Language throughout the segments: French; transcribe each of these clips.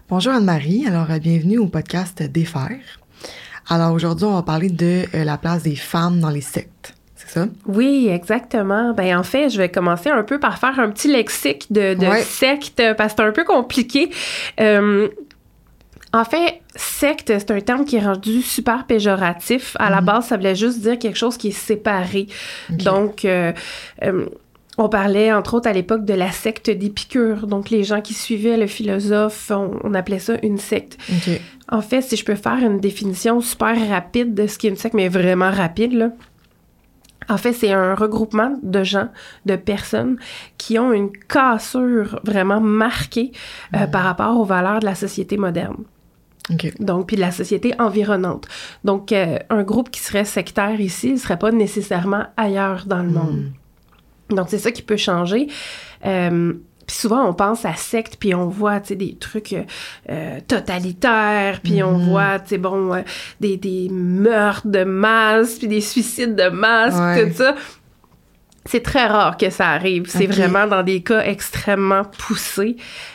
Bonjour Anne-Marie, alors bienvenue au podcast Défaire. Alors aujourd'hui, on va parler de la place des femmes dans les sectes, c'est ça? Oui, exactement. Ben en fait, je vais commencer un peu par faire un petit lexique de secte parce que c'est un peu compliqué. En fait, secte, c'est un terme qui est rendu super péjoratif. À la base, ça voulait juste dire quelque chose qui est séparé. Okay. Donc, on parlait, entre autres, à l'époque de la secte d'Épicure. Donc, les gens qui suivaient le philosophe, on appelait ça une secte. Okay. En fait, si je peux faire une définition super rapide de ce qu'est une secte, mais vraiment rapide, là. En fait, c'est un regroupement de gens, de personnes qui ont une cassure vraiment marquée par rapport aux valeurs de la société moderne. Okay. Donc, puis de la société environnante. Donc, un groupe qui serait sectaire ici ne serait pas nécessairement ailleurs dans le monde. Donc, c'est ça qui peut changer. Puis souvent, on pense à secte, puis on voit, tu sais, des trucs totalitaires, puis on voit, tu sais, bon, des meurtres de masse, puis des suicides de masse, tout ça. C'est très rare que ça arrive. C'est vraiment dans des cas extrêmement poussés.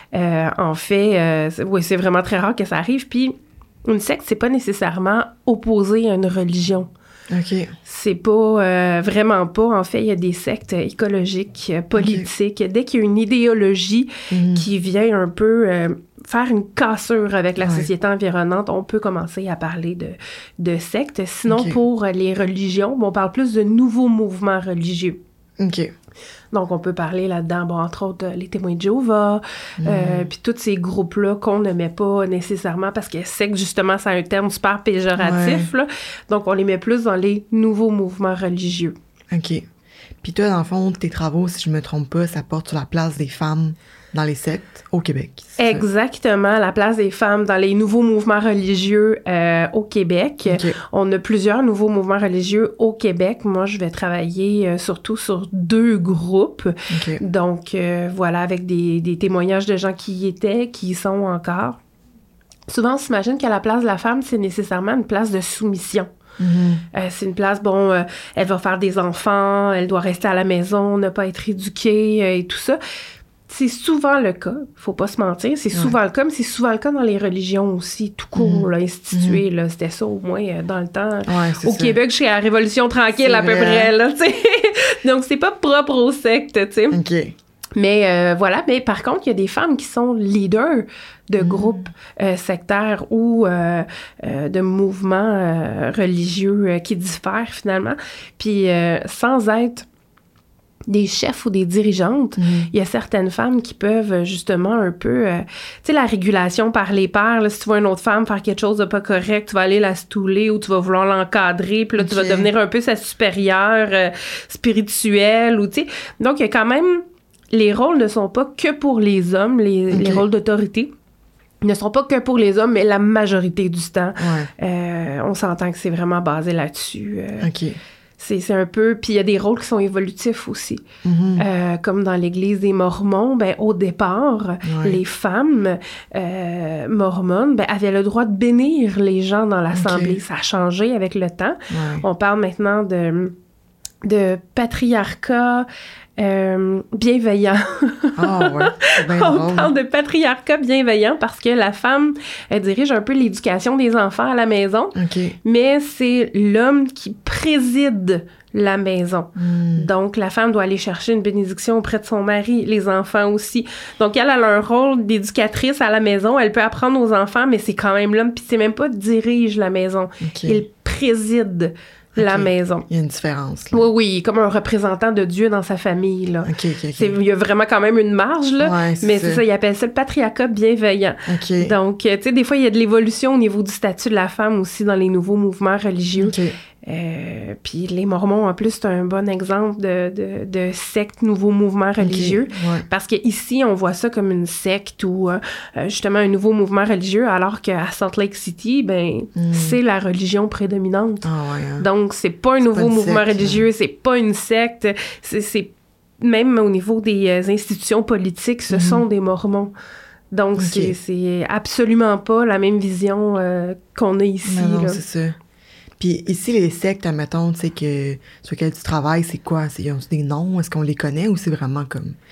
En fait, oui, c'est vraiment très rare que ça arrive. Puis, une secte, c'est pas nécessairement opposé à une religion. OK. C'est pas, vraiment pas. En fait, il y a des sectes écologiques, politiques. Dès qu'il y a une idéologie qui vient un peu faire une cassure avec la société environnante, on peut commencer à parler de sectes. Sinon, pour les religions, on parle plus de nouveaux mouvements religieux. OK. Donc, on peut parler là-dedans, bon, entre autres, les témoins de Jéhovah, puis tous ces groupes-là qu'on ne met pas nécessairement parce que secte, justement, c'est un terme super péjoratif, là. Donc, on les met plus dans les nouveaux mouvements religieux. OK. Puis toi, dans le fond, tes travaux, si je me trompe pas, ça porte sur la place des femmes dans les sectes au Québec. Exactement, la place des femmes dans les nouveaux mouvements religieux au Québec. Okay. On a plusieurs nouveaux mouvements religieux au Québec. Moi, je vais travailler surtout sur 2 groupes. Okay. Donc, voilà, avec des témoignages de gens qui y étaient, qui y sont encore. Souvent, on s'imagine qu'à la place de la femme, c'est nécessairement une place de soumission. C'est une place, bon, elle va faire des enfants, elle doit rester à la maison, ne pas être éduquée et tout ça. C'est souvent le cas, faut pas se mentir, c'est souvent le cas, mais c'est souvent le cas dans les religions aussi, tout court, là, instituées, là, c'était ça au moins dans le temps. Au Québec, jusqu'à la Révolution tranquille à peu près, là, tu sais. Donc, c'est pas propre aux sectes, tu sais. OK. Mais voilà, mais par contre, il y a des femmes qui sont leaders de groupes sectaires ou de mouvements religieux qui diffèrent finalement, puis sans être des chefs ou des dirigeantes, il y a certaines femmes qui peuvent justement un peu... tu sais, la régulation par les pairs, là, si tu vois une autre femme faire quelque chose de pas correct, tu vas aller la stouler ou tu vas vouloir l'encadrer, puis là, tu vas devenir un peu sa supérieure spirituelle, ou tu sais... Donc, il y a quand même... Les rôles ne sont pas que pour les hommes, les rôles d'autorité ne sont pas que pour les hommes, mais la majorité du temps. On s'entend que c'est vraiment basé là-dessus. OK. C'est un peu... Puis il y a des rôles qui sont évolutifs aussi. Comme dans l'Église des Mormons, ben, au départ, les femmes mormones ben, avaient le droit de bénir les gens dans l'Assemblée. Ça a changé avec le temps. On parle maintenant de patriarcat bienveillant. On parle de patriarcat bienveillant parce que la femme, elle dirige un peu l'éducation des enfants à la maison, mais c'est l'homme qui préside la maison. Donc, la femme doit aller chercher une bénédiction auprès de son mari, les enfants aussi. Donc, elle a un rôle d'éducatrice à la maison. Elle peut apprendre aux enfants, mais c'est quand même l'homme, puis c'est même pas dirige la maison. Il préside la maison. Il y a une différence, là. Oui, comme un représentant de Dieu dans sa famille, là. Il y a vraiment quand même une marge, là, mais c'est ça, ils appellent ça le patriarcat bienveillant. Donc, tu sais, des fois, il y a de l'évolution au niveau du statut de la femme aussi dans les nouveaux mouvements religieux. Puis les Mormons, en plus, c'est un bon exemple de secte, nouveau mouvement religieux. Parce qu'ici, on voit ça comme une secte ou justement un nouveau mouvement religieux, alors qu'à Salt Lake City, ben, c'est la religion prédominante. Donc, c'est pas un nouveau mouvement religieux, c'est pas une secte, c'est même au niveau des institutions politiques, ce sont des Mormons. Donc, c'est absolument pas la même vision qu'on a ici. Non, c'est ça. Puis ici, les sectes, admettons, tu sais, sur lesquelles tu travailles, c'est quoi? Ils ont des noms? Est-ce qu'on les connaît ou c'est vraiment comme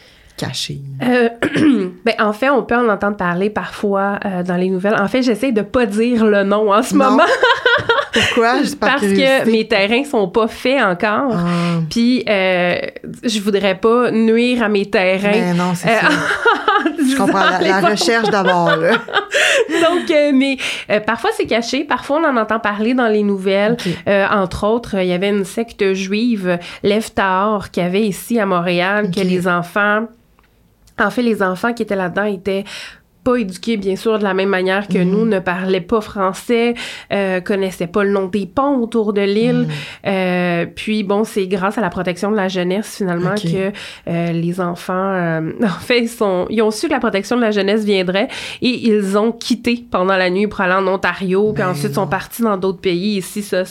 caché? Ben, en fait, on peut en entendre parler parfois dans les nouvelles. En fait, j'essaie de pas dire le nom en ce moment. Pourquoi? Parce que mes terrains sont pas faits encore. Puis, je voudrais pas nuire à mes terrains. Mais non, c'est ça. Je comprends. La recherche d'abord, là. Donc, mais parfois, c'est caché. Parfois, on en entend parler dans les nouvelles. Okay. Entre autres, il y avait une secte juive, l'Ev Tahor, qui avait ici à Montréal, que les enfants... En fait, les enfants qui étaient là-dedans étaient pas éduqués, bien sûr, de la même manière que nous, ne parlaient pas français, connaissaient pas le nom des ponts autour de l'île. Puis, bon, c'est grâce à la protection de la jeunesse, finalement, que les enfants, en fait, ils ont su que la protection de la jeunesse viendrait et ils ont quitté pendant la nuit pour aller en Ontario, puis ensuite sont partis dans d'autres pays, ici, ça.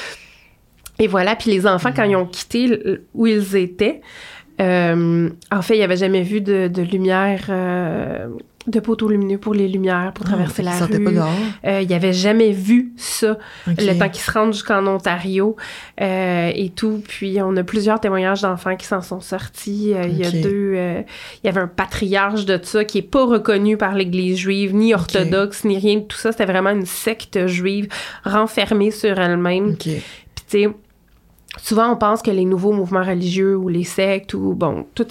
Et voilà, puis les enfants, quand ils ont quitté où ils étaient, en fait, il n'y avait jamais vu de lumière, de poteaux lumineux pour les lumières, pour traverser la rue. Pas dehors. Il n'y avait jamais vu ça, le temps qu'ils se rendent jusqu'en Ontario et tout. Puis, on a plusieurs témoignages d'enfants qui s'en sont sortis. Il y a il y avait un patriarche de ça qui n'est pas reconnu par l'Église juive, ni orthodoxe, ni rien de tout ça. C'était vraiment une secte juive renfermée sur elle-même. Puis, tu sais, souvent, on pense que les nouveaux mouvements religieux ou les sectes ou, bon, tout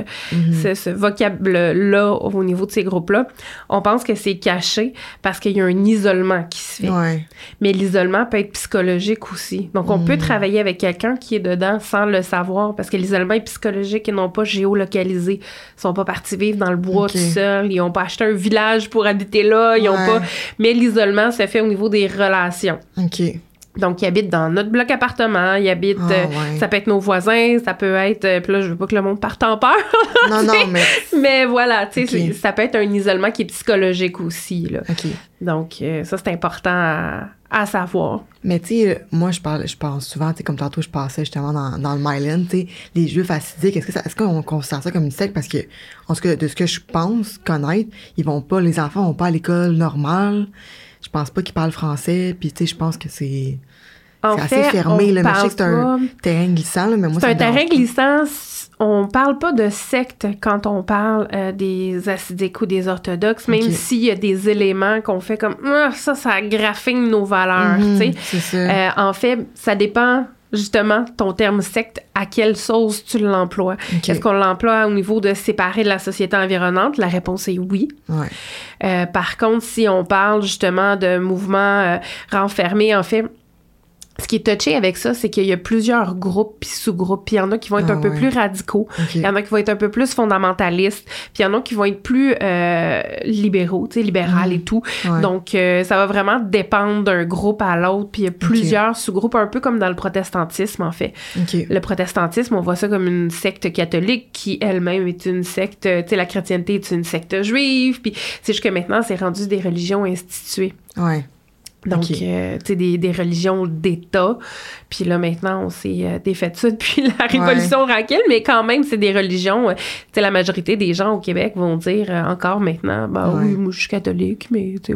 ce vocable-là au niveau de ces groupes-là, on pense que c'est caché parce qu'il y a un isolement qui se fait. Ouais. Mais l'isolement peut être psychologique aussi. Donc, on peut travailler avec quelqu'un qui est dedans sans le savoir parce que l'isolement est psychologique et non pas géolocalisé. Ils sont pas partis vivre dans le bois tout seuls. Ils n'ont pas acheté un village pour habiter là. Ils ont pas... Mais l'isolement se fait au niveau des relations. OK. Donc, ils habitent dans notre bloc appartement, ils habitent... ça peut être nos voisins, ça peut être... Puis là, je veux pas que le monde parte en peur. Non, mais... Mais voilà, tu sais, ça peut être un isolement qui est psychologique aussi, là. Donc, ça, c'est important à savoir. Mais tu sais, moi, je pense souvent, tu sais, comme tantôt, je passais justement dans le Myland, tu sais, les Juifs assidiques, est-ce qu'on considère ça comme une secte? Parce que, en tout cas, de ce que je pense connaître, les enfants vont pas à l'école normale. Je pense pas qu'ils parlent français, puis tu sais, je pense que c'est assez fermé, là. Mais je sais que c'est un terrain glissant, là, mais moi, c'est un terrain glissant. On parle pas de secte quand on parle des assidiques ou des orthodoxes, même s'il y a des éléments qu'on fait comme ça graffine nos valeurs, tu sais. C'est ça. En fait, ça dépend. Justement, ton terme secte, à quelle sauce tu l'emploies? Est-ce qu'on l'emploie au niveau de séparer de la société environnante? La réponse est oui. Ouais. Par contre, si on parle justement de mouvements renfermés, en fait, ce qui est touché avec ça, c'est qu'il y a plusieurs groupes puis sous-groupes. Puis il y en a qui vont être un peu plus radicaux. Il y en a qui vont être un peu plus fondamentalistes. Puis il y en a qui vont être plus libéraux, tu sais, libéral et tout. Donc, ça va vraiment dépendre d'un groupe à l'autre. Puis il y a plusieurs sous-groupes, un peu comme dans le protestantisme, en fait. Le protestantisme, on voit ça comme une secte catholique qui, elle-même, est une secte... Tu sais, la chrétienté est une secte juive. Puis c'est juste que maintenant, c'est rendu des religions instituées. Ouais. Donc, tu sais, des religions d'État. Puis là, maintenant, on s'est défait de ça depuis la Révolution tranquille, mais quand même, c'est des religions... tu sais, la majorité des gens au Québec vont dire encore maintenant, oui, moi, je suis catholique, mais tu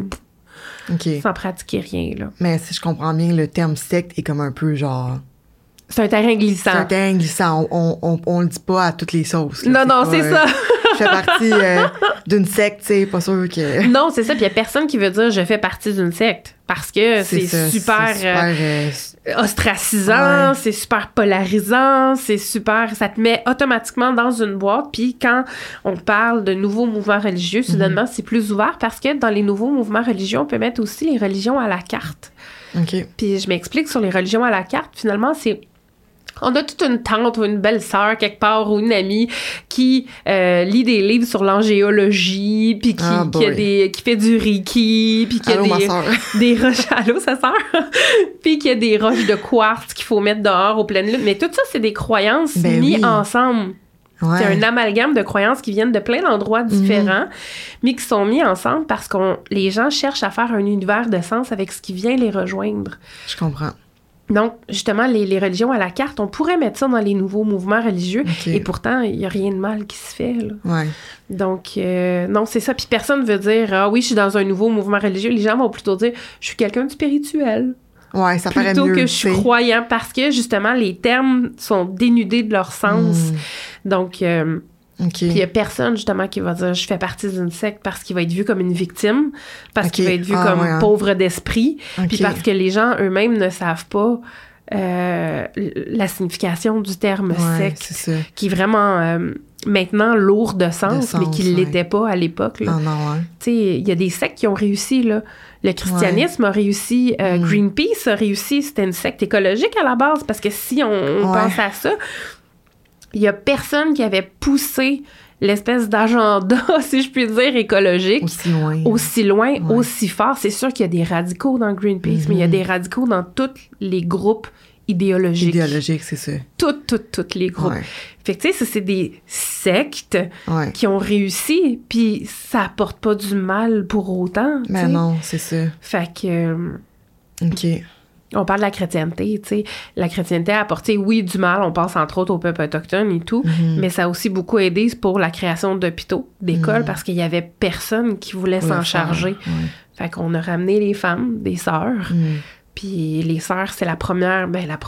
sais, sans pratiquer rien, là. Mais si je comprends bien, le terme secte est comme un peu genre... C'est un terrain glissant. C'est un terrain glissant. On le dit pas à toutes les sauces. Là. Non, c'est ça. Je fais partie d'une secte, tu sais, pas sûr que... Non, c'est ça. Puis il y a personne qui veut dire « je fais partie d'une secte ». Parce que c'est super ostracisant, c'est super polarisant, c'est super... Ça te met automatiquement dans une boîte. Puis quand on parle de nouveaux mouvements religieux, soudainement, c'est plus ouvert parce que dans les nouveaux mouvements religieux, on peut mettre aussi les religions à la carte. Puis je m'explique sur les religions à la carte. Finalement, c'est... On a toute une tante ou une belle-sœur quelque part ou une amie qui lit des livres sur l'angéologie, puis qui fait du Reiki, puis qui a des roches... Allô, sa sœur? Puis qu'il y a des roches de quartz qu'il faut mettre dehors au pleine lune. Mais tout ça, c'est des croyances mises ensemble. Ouais. C'est un amalgame de croyances qui viennent de plein d'endroits différents, mais qui sont mis ensemble parce que les gens cherchent à faire un univers de sens avec ce qui vient les rejoindre. Je comprends. Donc, justement, les religions à la carte, on pourrait mettre ça dans les nouveaux mouvements religieux, et pourtant, il n'y a rien de mal qui se fait, là. Ouais. Donc, non, c'est ça. Puis personne ne veut dire « Ah oui, je suis dans un nouveau mouvement religieux ». Les gens vont plutôt dire « Je suis quelqu'un de spirituel ». Ouais, ça paraît mieux. Plutôt que je suis croyant, parce que, justement, les termes sont dénudés de leur sens. Donc, Puis il y a personne, justement, qui va dire « je fais partie d'une secte » parce qu'il va être vu comme une victime, parce qu'il va être vu comme pauvre d'esprit, puis parce que les gens eux-mêmes ne savent pas la signification du terme secte, qui est vraiment maintenant lourd de sens mais qui ne l'était pas à l'époque. Là. Tu sais, il y a des sectes qui ont réussi, là. Le christianisme a réussi, Greenpeace a réussi, c'était une secte écologique à la base, parce que si on pense à ça, il y a personne qui avait poussé l'espèce d'agenda, si je puis dire, écologique, aussi loin, aussi fort. C'est sûr qu'il y a des radicaux dans Greenpeace, mais il y a des radicaux dans tous les groupes idéologiques. Idéologiques, c'est ça. Tous les groupes. Fait que, tu sais, ça, c'est des sectes qui ont réussi, puis ça apporte pas du mal pour autant. Mais non, c'est ça. Fait que... On parle de la chrétienté, tu sais. La chrétienté a apporté, oui, du mal. On pense entre autres aux peuples autochtones et tout, mais ça a aussi beaucoup aidé pour la création d'hôpitaux, d'écoles, parce qu'il y avait personne qui voulait s'en charger. Fait qu'on a ramené les femmes, des sœurs. Puis les sœurs, c'est la première.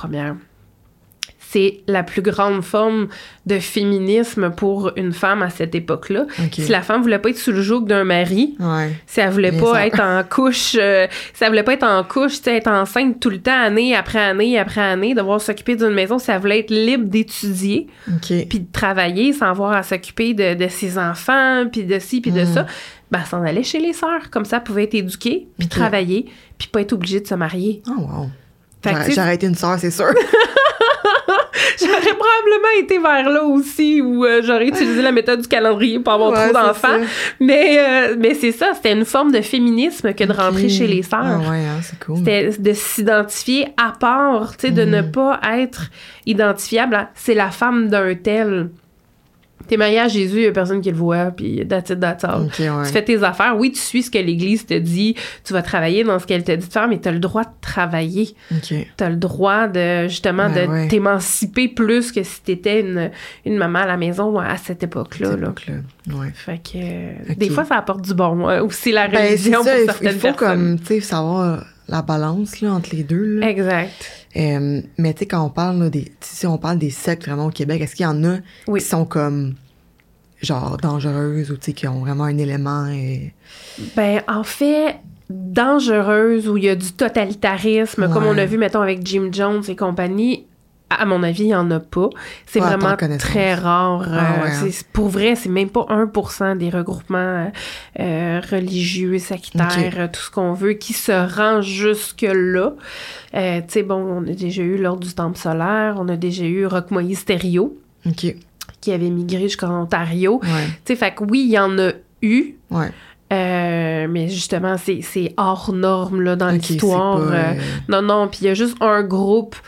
C'est la plus grande forme de féminisme pour une femme à cette époque-là. Si la femme voulait pas être sous le joug d'un mari, si elle voulait pas être en couche, si elle voulait pas être en couche, être enceinte tout le temps, année après année après année, devoir s'occuper d'une maison, si elle voulait être libre d'étudier, puis de travailler sans avoir à s'occuper de ses enfants, puis de ci, puis de ça, ben, elle s'en allait chez les sœurs. Comme ça, elle pouvait être éduquée, puis travailler, puis pas être obligée de se marier. Oh wow! J'aurais été une sœur, c'est sûr. J'aurais probablement été vers là aussi, où j'aurais utilisé la méthode du calendrier pour avoir trop d'enfants. Mais c'est ça, c'était une forme de féminisme que de rentrer chez les sœurs. C'est cool. C'était de s'identifier à part, tu sais, de ne pas être identifiable. C'est la femme d'un tel. T'es marié à Jésus, il n'y a personne qui le voit, puis that's it, that's all. Tu fais tes affaires. Oui, tu suis ce que l'Église te dit, tu vas travailler dans ce qu'elle te dit de faire, mais tu as le droit de travailler. Tu as le droit de, justement, de t'émanciper plus que si tu étais une maman à la maison à cette époque-là. Fait que des fois, ça apporte du bon. Aussi, la religion pour certaines personnes. Il faut comme, tu sais, savoir la balance là, entre les deux. Là. Exact. Mais tu sais, quand on parle là, si on parle des sectes vraiment au Québec, est-ce qu'il y en a qui sont comme genre dangereuses ou tu sais qui ont vraiment un élément Ben en fait, dangereuses où il y a du totalitarisme, comme on a vu mettons avec Jim Jones et compagnie. À mon avis, il n'y en a pas. C'est vraiment très rare. Pour vrai, c'est même pas 1% des regroupements religieux, sectaires, tout ce qu'on veut, qui se rend jusque-là. Tu sais, bon, on a déjà eu l'Ordre du Temple solaire, on a déjà eu Rock Moïse Thériault, qui avait migré jusqu'en Ontario. Tu sais, fait que oui, il y en a eu. Mais justement, c'est hors norme là, dans l'histoire. Non, puis il y a juste un groupe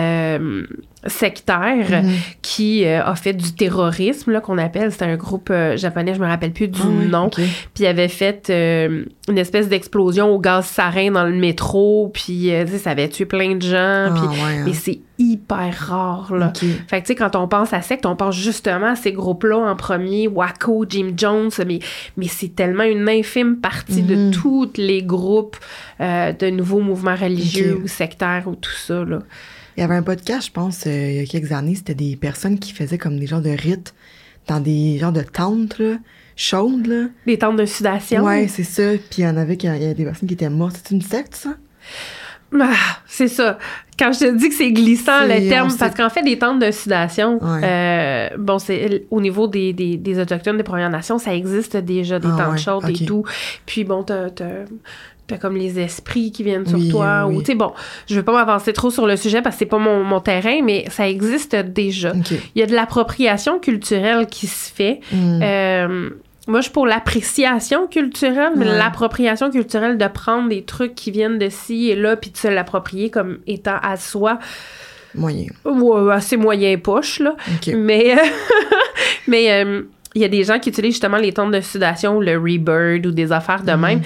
sectaire qui a fait du terrorisme, là, qu'on appelle. C'était un groupe japonais, je me rappelle plus du nom. Puis il avait fait une espèce d'explosion au gaz sarin dans le métro, puis ça avait tué plein de gens. Mais c'est hyper rare, là. Fait que, tu sais, quand on pense à secte, on pense justement à ces groupes-là en premier, Waco, Jim Jones, mais c'est tellement une infime partie de tous les groupes de nouveaux mouvements religieux ou sectaires ou tout ça, là. Il y avait un podcast, je pense, il y a quelques années, c'était des personnes qui faisaient comme des genres de rites dans des genres de tentes, là, chaudes, là. Des tentes de sudation? Ouais, c'est ça. Puis il y en avait il y a des personnes qui étaient mortes. C'est une secte, ça? Ah, c'est ça. Quand je te dis que c'est glissant, le terme, parce qu'en fait, les tentes de sudation, bon, c'est au niveau des Autochtones, des Premières Nations, ça existe déjà, des tentes chaudes et tout. Puis bon, t'as comme les esprits qui viennent sur toi. Ou, tu sais, bon, je veux pas m'avancer trop sur le sujet parce que c'est pas mon terrain, mais ça existe déjà. Il y a de l'appropriation culturelle qui se fait. Moi, je suis pour l'appréciation culturelle, mais l'appropriation culturelle de prendre des trucs qui viennent de ci et là, puis de se l'approprier comme étant à soi. Moyen. Ouais, assez moyen poche, là. Mais il y a des gens qui utilisent justement les tentes de sudation ou le Rebirth ou des affaires de même.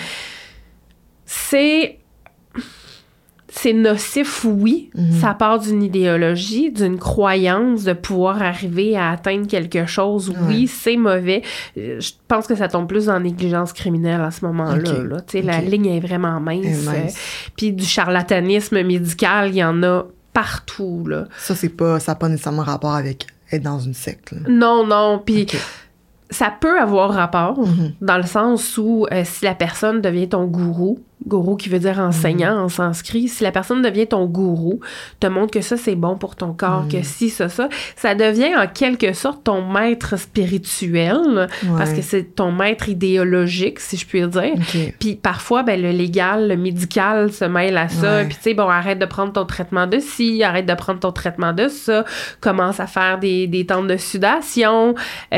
C'est nocif, oui. Ça part d'une idéologie, d'une croyance de pouvoir arriver à atteindre quelque chose. Oui, c'est mauvais. Je pense que ça tombe plus dans la négligence criminelle à ce moment-là. Là. La ligne est vraiment mince. Puis du charlatanisme médical, il y en a partout. Là. Ça n'a pas nécessairement rapport avec être dans une secte. Là. Non. Puis ça peut avoir rapport, dans le sens où si la personne devient ton gourou qui veut dire enseignant en sanskrit, si la personne devient ton gourou, te montre que ça, c'est bon pour ton corps, que si, ça devient en quelque sorte ton maître spirituel, parce que c'est ton maître idéologique, si je puis dire. Okay. Puis parfois, ben, le légal, le médical se mêle à ça, puis tu sais, bon, arrête de prendre ton traitement de ci, arrête de prendre ton traitement de ça, commence à faire des temps de sudation,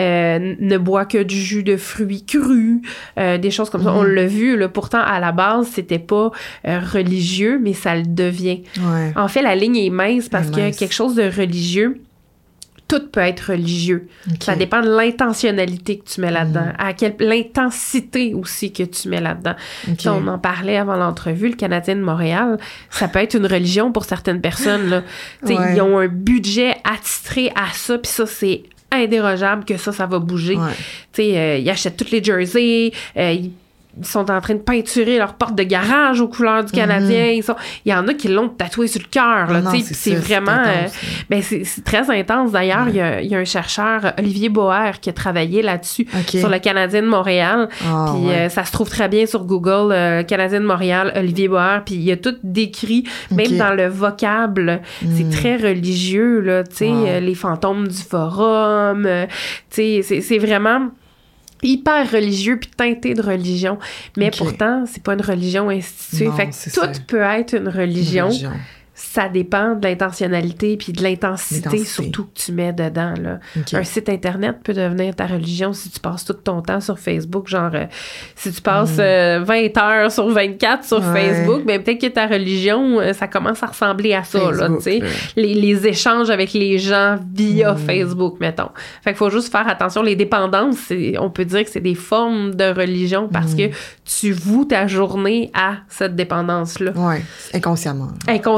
ne bois que du jus de fruits crus, des choses comme ça. On l'a vu, là, pourtant, à la base, c'était pas religieux, mais ça le devient. Ouais. En fait, la ligne est mince parce que quelque chose de religieux, tout peut être religieux. Okay. Ça dépend de l'intentionnalité que tu mets là-dedans, l'intensité aussi que tu mets là-dedans. Okay. On en parlait avant l'entrevue, le Canadien de Montréal, ça peut être une religion pour certaines personnes. Là. Ils ont un budget attitré à ça, puis ça, c'est indérogeable que ça va bouger. Ouais. Ils achètent toutes les jerseys, ils sont en train de peinturer leur porte de garage aux couleurs du Canadien. Il y en a qui l'ont tatoué sur le cœur. C'est vraiment... c'est très intense. D'ailleurs, il y a un chercheur, Olivier Boer, qui a travaillé là-dessus, sur le Canadien de Montréal. Puis ça se trouve très bien sur Google, Canadien de Montréal, Olivier Boer. Puis il a tout décrit, même dans le vocable. C'est très religieux, là, les fantômes du forum. C'est vraiment... hyper religieux puis teinté de religion, mais pourtant c'est pas une religion instituée. Fait que tout peut être une religion. Ça dépend de l'intentionnalité puis de l'intensité surtout que tu mets dedans, là. Un site internet peut devenir ta religion si tu passes tout ton temps sur Facebook, genre si tu passes 20 heures sur 24 sur Facebook, ben peut-être que ta religion ça commence à ressembler à ça, Facebook, là, tu sais, les échanges avec les gens via Facebook, mettons. Fait qu'il faut juste faire attention. Les dépendances, on peut dire que c'est des formes de religion parce que tu voues ta journée à cette dépendance-là. Ouais, inconsciemment.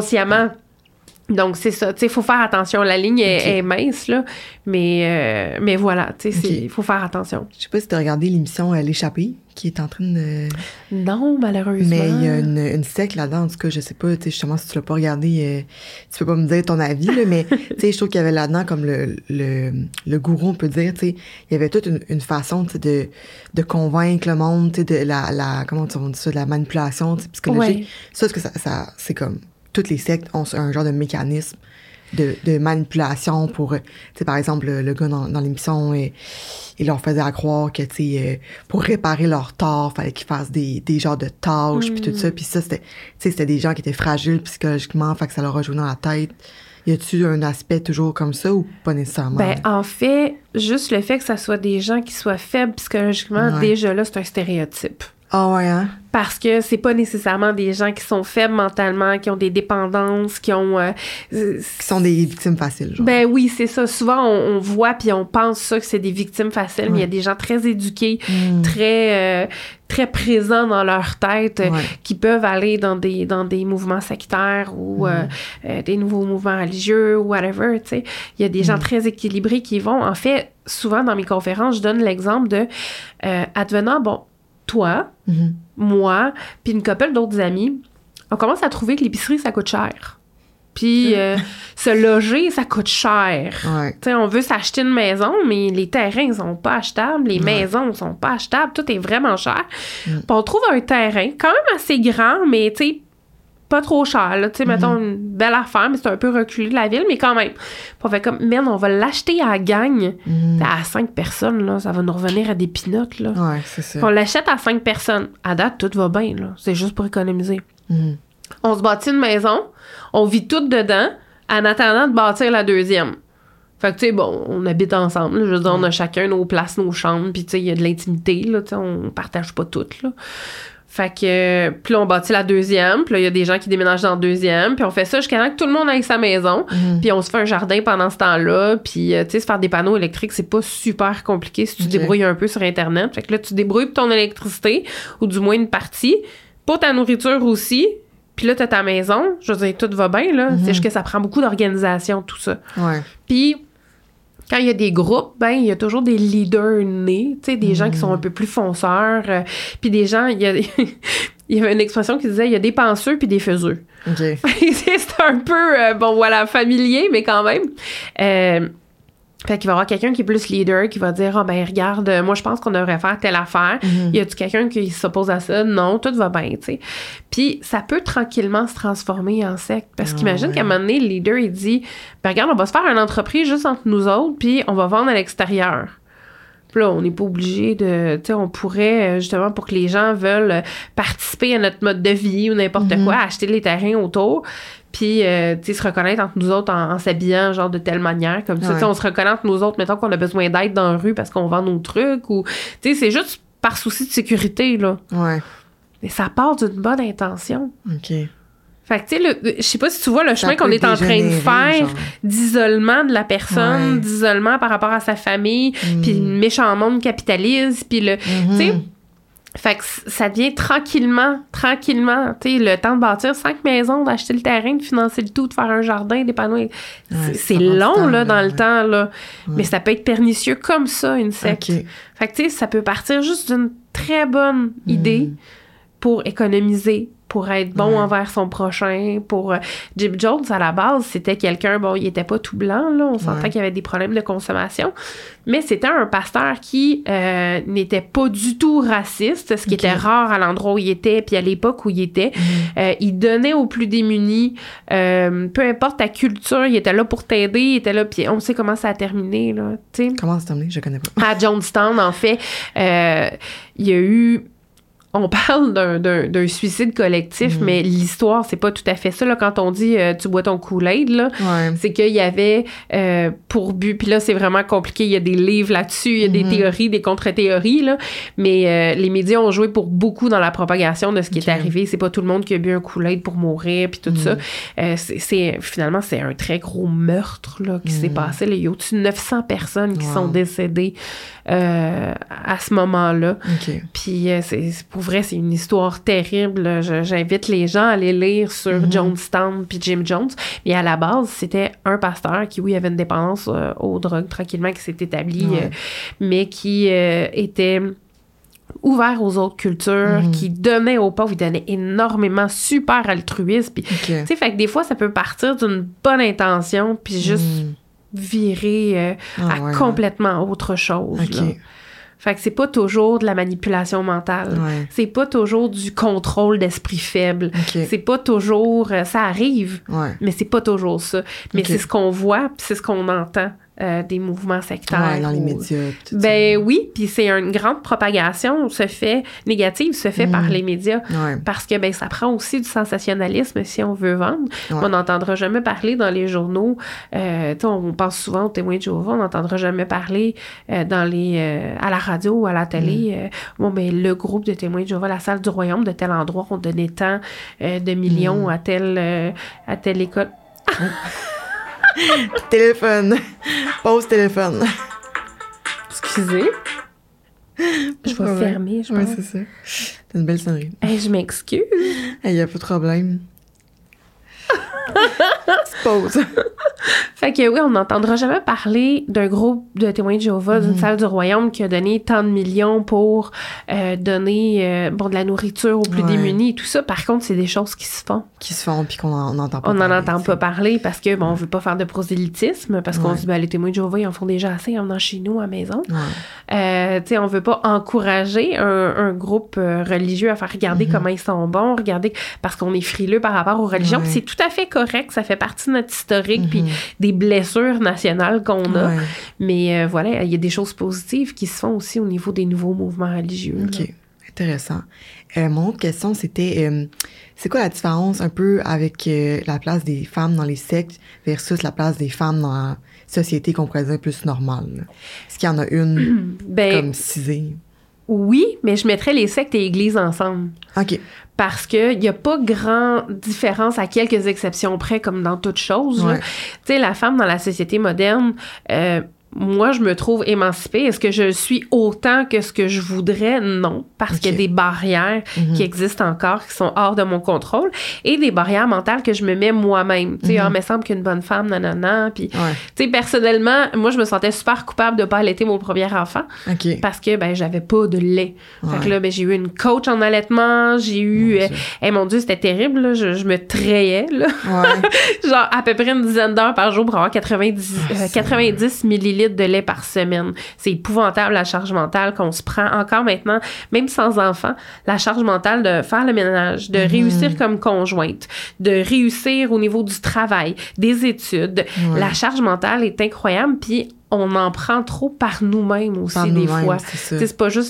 Donc, c'est ça. Tu sais, il faut faire attention. La ligne est mince, là. Mais voilà, tu sais, il faut faire attention. Je sais pas si tu as regardé l'émission L'Échappée, qui est en train de... Non, malheureusement. Mais il y a une secte là-dedans. En tout cas, je sais pas, tu sais, justement, si tu l'as pas regardé, tu peux pas me dire ton avis, là, mais, tu sais, je trouve qu'il y avait là-dedans, comme le gourou, on peut dire, tu sais, il y avait toute une façon, tu sais, de convaincre le monde, tu sais, de la comment on dit ça, de la manipulation, tu sais, psychologique. Ouais. Ça, c'est comme... Toutes les sectes ont un genre de mécanisme de manipulation pour... Tu sais, par exemple, le gars dans l'émission, il leur faisait à croire que, tu sais, pour réparer leur tort, fallait qu'ils fassent des genres de tâches, puis tout ça. Puis ça, c'était des gens qui étaient fragiles psychologiquement, fait que ça leur a joué dans la tête. Y a-tu un aspect toujours comme ça ou pas nécessairement? Ben, en fait, juste le fait que ça soit des gens qui soient faibles psychologiquement, déjà là, c'est un stéréotype. Ah ouais, hein? Parce que c'est pas nécessairement des gens qui sont faibles mentalement, qui ont des dépendances, qui ont... qui sont des victimes faciles, genre. Ben oui, c'est ça. Souvent, on voit puis on pense ça que c'est des victimes faciles, mais il y a des gens très éduqués, très présents dans leur tête, qui peuvent aller dans des mouvements sectaires ou des nouveaux mouvements religieux ou whatever, tu sais. Il y a des gens très équilibrés qui vont... En fait, souvent, dans mes conférences, je donne l'exemple de... advenant, bon, toi, moi, puis une couple d'autres amis, on commence à trouver que l'épicerie, ça coûte cher. Puis se loger, ça coûte cher. Ouais. Tu sais, on veut s'acheter une maison, mais les terrains, ils sont pas achetables, les maisons sont pas achetables, tout est vraiment cher. Puis on trouve un terrain quand même assez grand, mais tu sais, pas trop cher, là, tu sais, mettons, une belle affaire, mais c'est un peu reculé de la ville, mais quand même. Puis on fait comme, merde, on va l'acheter à la gang. À 5 personnes, là, ça va nous revenir à des pinottes, là. Ouais, c'est ça. Puis on l'achète à 5 personnes. À date, tout va bien, là. C'est juste pour économiser. On se bâtit une maison, on vit tout dedans, en attendant de bâtir la deuxième. Fait que, tu sais, bon, on habite ensemble, là. Je veux dire, on a chacun nos places, nos chambres, puis, tu sais, il y a de l'intimité, là, tu sais, on partage pas tout, là. Fait que, puis là, on bâtit la deuxième, puis là, il y a des gens qui déménagent dans la deuxième, puis on fait ça jusqu'à temps que tout le monde aille sa maison, puis on se fait un jardin pendant ce temps-là, puis, tu sais, se faire des panneaux électriques, c'est pas super compliqué si tu débrouilles un peu sur Internet. Fait que là, tu débrouilles pour ton électricité, ou du moins une partie, pour ta nourriture aussi, puis là, t'as ta maison, je veux dire, tout va bien, là, c'est juste que ça prend beaucoup d'organisation, tout ça. Ouais. Puis... Quand il y a des groupes, ben il y a toujours des leaders nés, tu sais, des gens qui sont un peu plus fonceurs, puis des gens, il y avait une expression qui disait il y a des penseux puis des faiseux. Okay. C'est un peu bon voilà familier, mais quand même. Fait qu'il va y avoir quelqu'un qui est plus leader, qui va dire, regarde, moi, je pense qu'on devrait faire telle affaire. Y a-tu quelqu'un qui s'oppose à ça? Non, tout va bien, tu sais. Puis, ça peut tranquillement se transformer en secte. Parce qu'imagine qu'à un moment donné, le leader, il dit, regarde, on va se faire une entreprise juste entre nous autres, puis on va vendre à l'extérieur. Puis là, on n'est pas obligé de... Tu sais, on pourrait, justement, pour que les gens veulent participer à notre mode de vie ou n'importe quoi, acheter les terrains autour, puis, tu sais, se reconnaître entre nous autres en s'habillant, genre, de telle manière, comme ça. Tu sais, on se reconnaît entre nous autres, mettons qu'on a besoin d'aide dans la rue parce qu'on vend nos trucs, ou... Tu sais, c'est juste par souci de sécurité, là. Ouais. Mais ça part d'une bonne intention. OK. Fait que, tu sais, je sais pas si tu vois le chemin qu'on est en train de faire d'isolement de la personne, d'isolement par rapport à sa famille, puis le méchant monde capitaliste, puis le... Tu sais, fait que ça devient tranquillement, tu sais, le temps de bâtir 5 maisons, d'acheter le terrain, de financer le tout, de faire un jardin, des panneaux. C'est long, là, dans le temps, là. Mais ça peut être pernicieux comme ça, une secte. Fait que, tu sais, ça peut partir juste d'une très bonne idée pour économiser, pour être bon envers son prochain, pour... Jim Jones, à la base, c'était quelqu'un, bon, il était pas tout blanc, là, on sentait qu'il y avait des problèmes de consommation, mais c'était un pasteur qui n'était pas du tout raciste, ce qui était rare à l'endroit où il était, puis à l'époque où il était. Il donnait aux plus démunis, peu importe ta culture, il était là pour t'aider, il était là, puis on sait comment ça a terminé, là, tu sais. Comment ça a terminé? Je connais pas. À Jonestown, en fait, il y a eu... On parle d'un suicide collectif, mais l'histoire, c'est pas tout à fait ça. Là, quand on dit tu bois ton Kool-Aid, là, c'est qu'il y avait pour but, puis là, c'est vraiment compliqué. Il y a des livres là-dessus, il y a des théories, des contre-théories, là, mais les médias ont joué pour beaucoup dans la propagation de ce qui est arrivé. C'est pas tout le monde qui a bu un Kool-Aid pour mourir, puis tout ça. Finalement, c'est un très gros meurtre là, qui s'est passé. Là. Il y a au-dessus de 900 personnes qui sont décédées à ce moment-là. Puis pour vrai, c'est une histoire terrible. J'invite les gens à aller lire sur Jonestown puis Jim Jones. Mais à la base, c'était un pasteur qui, oui, avait une dépendance aux drogues tranquillement qui s'est établie, mais qui était ouvert aux autres cultures, qui donnait aux pauvres, il donnait énormément, super altruiste. Puis, tu sais, fait que des fois, ça peut partir d'une bonne intention, puis juste virer à complètement autre chose. Là. Fait que c'est pas toujours de la manipulation mentale. C'est pas toujours du contrôle d'esprit faible. C'est pas toujours... ça arrive, mais c'est pas toujours ça. Mais c'est ce qu'on voit, puis c'est ce qu'on entend des mouvements sectaires. Dans les médias. Oui, puis c'est une grande propagation négative se fait par les médias. Parce que ça prend aussi du sensationnalisme si on veut vendre. On n'entendra jamais parler dans les journaux. On pense souvent aux témoins de Jéhovah, on n'entendra jamais parler à la radio ou à la télé. Le groupe de témoins de Jéhovah, la salle du royaume de tel endroit, on donnait tant de millions à telle école. Téléphone. Pause téléphone. Excusez. Je vais fermer, je pense. Oui, c'est ça. C'est une belle sonnerie. Je m'excuse. Il n'y a pas de problème. Pause. Fait que oui, on n'entendra jamais parler d'un groupe de témoins de Jéhovah, d'une salle du royaume qui a donné tant de millions pour donner de la nourriture aux plus démunis et tout ça. Par contre, c'est des choses qui se font. Puis qu'on n'entend pas parler. On n'en entend pas parler parce que, on veut pas faire de prosélytisme, parce qu'on se dit, les témoins de Jéhovah, ils en font déjà assez en venant chez nous à la maison. On veut pas encourager un groupe religieux à faire regarder comment ils sont bons, parce qu'on est frileux par rapport aux religions. Puis c'est tout à fait correct, ça fait partie de notre historique, puis des blessures nationales qu'on a. Mais il y a des choses positives qui se font aussi au niveau des nouveaux mouvements religieux. OK, intéressant. Mon autre question, c'était, c'est quoi la différence un peu avec la place des femmes dans les sectes versus la place des femmes dans la société qu'on pourrait dire plus normale? Là? Est-ce qu'il y en a une comme cisée? Oui, mais je mettrais les sectes et églises ensemble. OK. Parce qu'il n'y a pas grande différence, à quelques exceptions près, comme dans toute chose. Tu sais, la femme dans la société moderne, moi, je me trouve émancipée. Est-ce que je suis autant que ce que je voudrais? Non, parce qu'il y a des barrières qui existent encore, qui sont hors de mon contrôle, et des barrières mentales que je me mets moi-même. Tu sais, il me semble qu'une bonne femme, nanana. Puis, tu sais, personnellement, moi, je me sentais super coupable de ne pas allaiter mon premier enfant, parce que, j'avais pas de lait. Fait que là, j'ai eu une coach en allaitement, j'ai eu... mon Dieu, c'était terrible, là. Je me trayais, là. Genre, à peu près une dizaine d'heures par jour pour avoir 90 millilitres litres de lait par semaine. C'est épouvantable, la charge mentale qu'on se prend encore maintenant, même sans enfant, la charge mentale de faire le ménage, de réussir comme conjointe, de réussir au niveau du travail, des études. Ouais. La charge mentale est incroyable, puis on en prend trop par nous-mêmes aussi, par des fois. C'est pas juste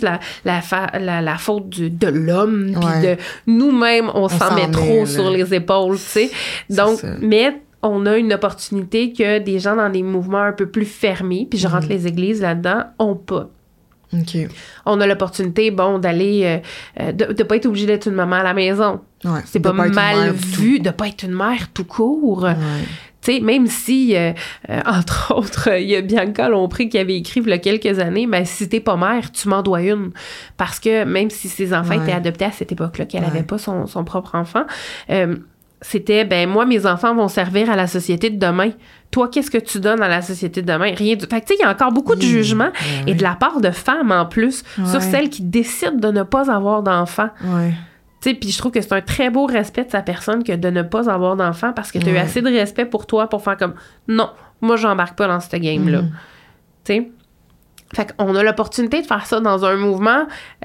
la faute de l'homme, puis de nous-mêmes, on s'en met trop sur les épaules, tu sais. Donc, mais on a une opportunité que des gens dans des mouvements un peu plus fermés, puis je rentre les églises là-dedans, ont pas. Okay. On a l'opportunité, d'aller... de pas être obligé d'être une maman à la maison. Ouais, c'est pas mal vu de pas être une mère tout court. Ouais. Tu sais, même si, entre autres, il y a Bianca Lompré qui avait écrit il y a quelques années, « Si t'es pas mère, tu m'en dois une. » Parce que même si ses enfants étaient adoptés à cette époque-là, qu'elle avait pas son propre enfant, c'était, moi, mes enfants vont servir à la société de demain. Toi, qu'est-ce que tu donnes à la société de demain? Rien du... Fait que, tu sais, il y a encore beaucoup de jugement et de la part de femmes, en plus, sur celles qui décident de ne pas avoir d'enfants. Ouais. Tu sais, puis je trouve que c'est un très beau respect de sa personne que de ne pas avoir d'enfant parce que tu as eu assez de respect pour toi pour faire comme, non, moi, j'embarque pas dans cette game-là. Tu sais? Fait qu'on a l'opportunité de faire ça dans un mouvement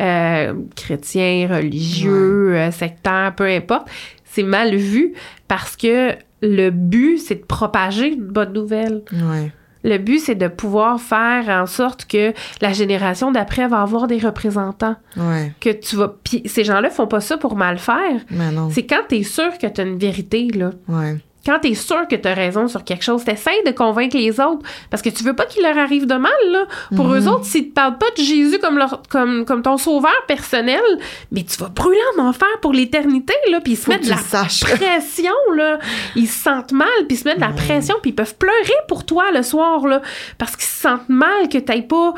chrétien, religieux, sectaire, peu importe. C'est mal vu parce que le but, c'est de propager une bonne nouvelle. Ouais. Le but, c'est de pouvoir faire en sorte que la génération d'après va avoir des représentants. Ouais. Que tu vas... Puis ces gens-là font pas ça pour mal faire. Mais non. C'est quand t'es sûr que t'as une vérité, là. Ouais. Quand t'es sûr que t'as raison sur quelque chose, t'essayes de convaincre les autres parce que tu veux pas qu'il leur arrive de mal, là. Pour eux autres, s'ils te parlent pas de Jésus comme ton sauveur personnel, mais tu vas brûler en enfer pour l'éternité, là, puis ils se mettent de la pression, là. Ils se sentent mal, puis ils se mettent de la pression, puis ils peuvent pleurer pour toi le soir, là, parce qu'ils se sentent mal que t'aies pas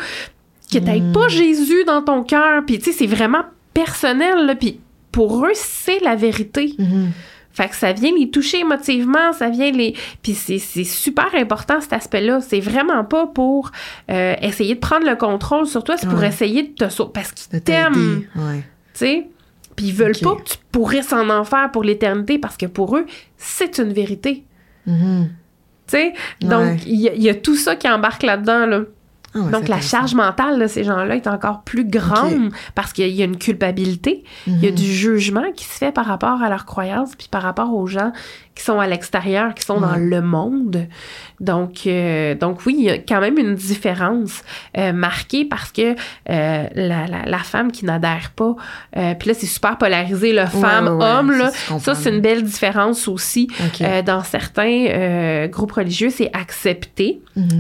Jésus dans ton cœur, puis tu sais, c'est vraiment personnel, là, puis pour eux, c'est la vérité. Fait que ça vient les toucher émotivement, ça vient les... Puis c'est super important, cet aspect-là. C'est vraiment pas pour essayer de prendre le contrôle sur toi, c'est pour essayer de te sauver. Parce qu'ils t'aiment, tu sais. Puis ils veulent pas que tu pourrisses en enfer pour l'éternité, parce que pour eux, c'est une vérité. Tu sais? Donc, il y a tout ça qui embarque là-dedans, là. Donc, la charge mentale de ces gens-là est encore plus grande parce qu'il y a une culpabilité, il y a du jugement qui se fait par rapport à leurs croyances puis par rapport aux gens qui sont à l'extérieur, qui sont dans le monde. Donc oui, il y a quand même une différence marquée parce que la femme qui n'adhère pas, puis là, c'est super polarisé, le femme-homme, là, ça, c'est une belle différence aussi. Dans certains groupes religieux, c'est accepté.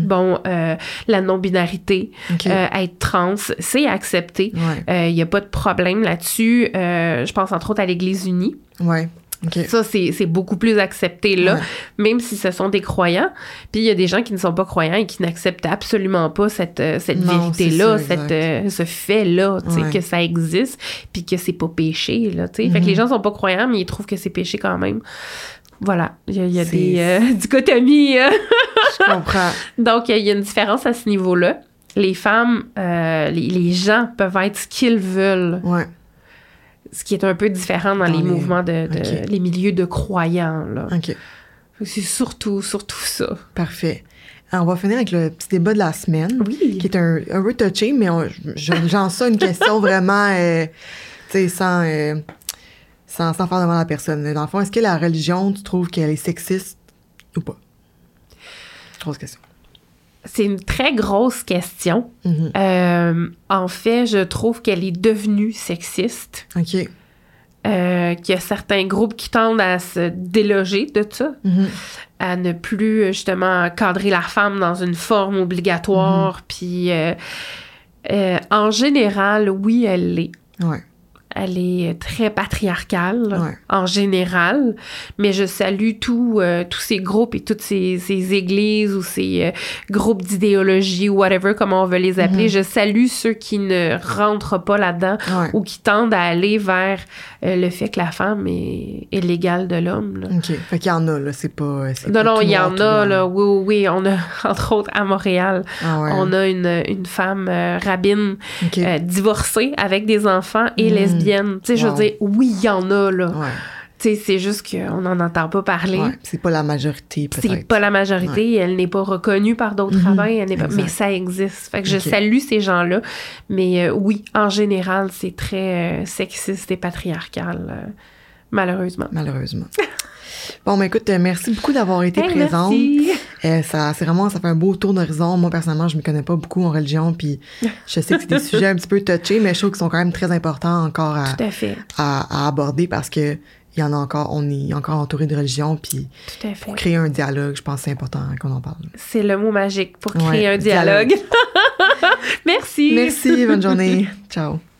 La non-binarité, être trans, c'est accepté. Il n'y a pas de problème là-dessus. Je pense entre autres à l'Église unie. Ça, c'est beaucoup plus accepté là, même si ce sont des croyants. Puis il y a des gens qui ne sont pas croyants et qui n'acceptent absolument pas cette vérité-là, ce fait-là, tu sais, que ça existe, puis que c'est pas péché, là, tu sais. Fait que les gens sont pas croyants, mais ils trouvent que c'est péché quand même. Voilà, il y a des dichotomies. Je comprends. Donc, il y a une différence à ce niveau-là. Les femmes, les gens peuvent être ce qu'ils veulent. Ce qui est un peu différent dans les mouvements les milieux de croyants, là. C'est surtout ça. Parfait. Alors, on va finir avec le petit débat de la semaine. Oui. Qui est un peu touché, mais j'en sais une question vraiment, tu sais, sans faire devant la personne. Dans le fond, est-ce que la religion, tu trouves qu'elle est sexiste ou pas? Grosse question. C'est une très grosse question. En fait, je trouve qu'elle est devenue sexiste. Qu'il y a certains groupes qui tendent à se déloger de ça, à ne plus, justement, cadrer la femme dans une forme obligatoire. Puis, en général, oui, elle l'est. Elle est très patriarcale, en général, mais je salue tous ces groupes et toutes ces églises ou ces groupes d'idéologie ou whatever, comment on veut les appeler. Je salue ceux qui ne rentrent pas là-dedans ou qui tendent à aller vers le fait que la femme est l'égale de l'homme. Là. Fait qu'il y en a, là, c'est pas Non, il y en a, là, oui. On a, entre autres, à Montréal, on a une femme rabbine divorcée avec des enfants et lesbienne. Tu sais, je veux dire, oui, il y en a, là. Tu sais, c'est juste qu'on n'en entend pas parler. Ouais, c'est pas la majorité, peut-être. C'est pas la majorité. Elle n'est pas reconnue par d'autres rabbins. Elle n'est pas... Mais ça existe. Fait que je salue ces gens-là. Mais oui, en général, c'est très sexiste et patriarcal, malheureusement. Malheureusement. Bon, mais écoute, merci beaucoup d'avoir été présente. Merci. Ça fait un beau tour d'horizon. Moi, personnellement, je me connais pas beaucoup en religion, puis je sais que c'est des sujets un petit peu touchés, mais je trouve qu'ils sont quand même très importants encore Tout à fait. à aborder parce que il y en a encore, on est encore entouré de religion, puis pour créer un dialogue, je pense que c'est important qu'on en parle. C'est le mot magique pour créer un dialogue. Merci. Merci, bonne journée. Ciao.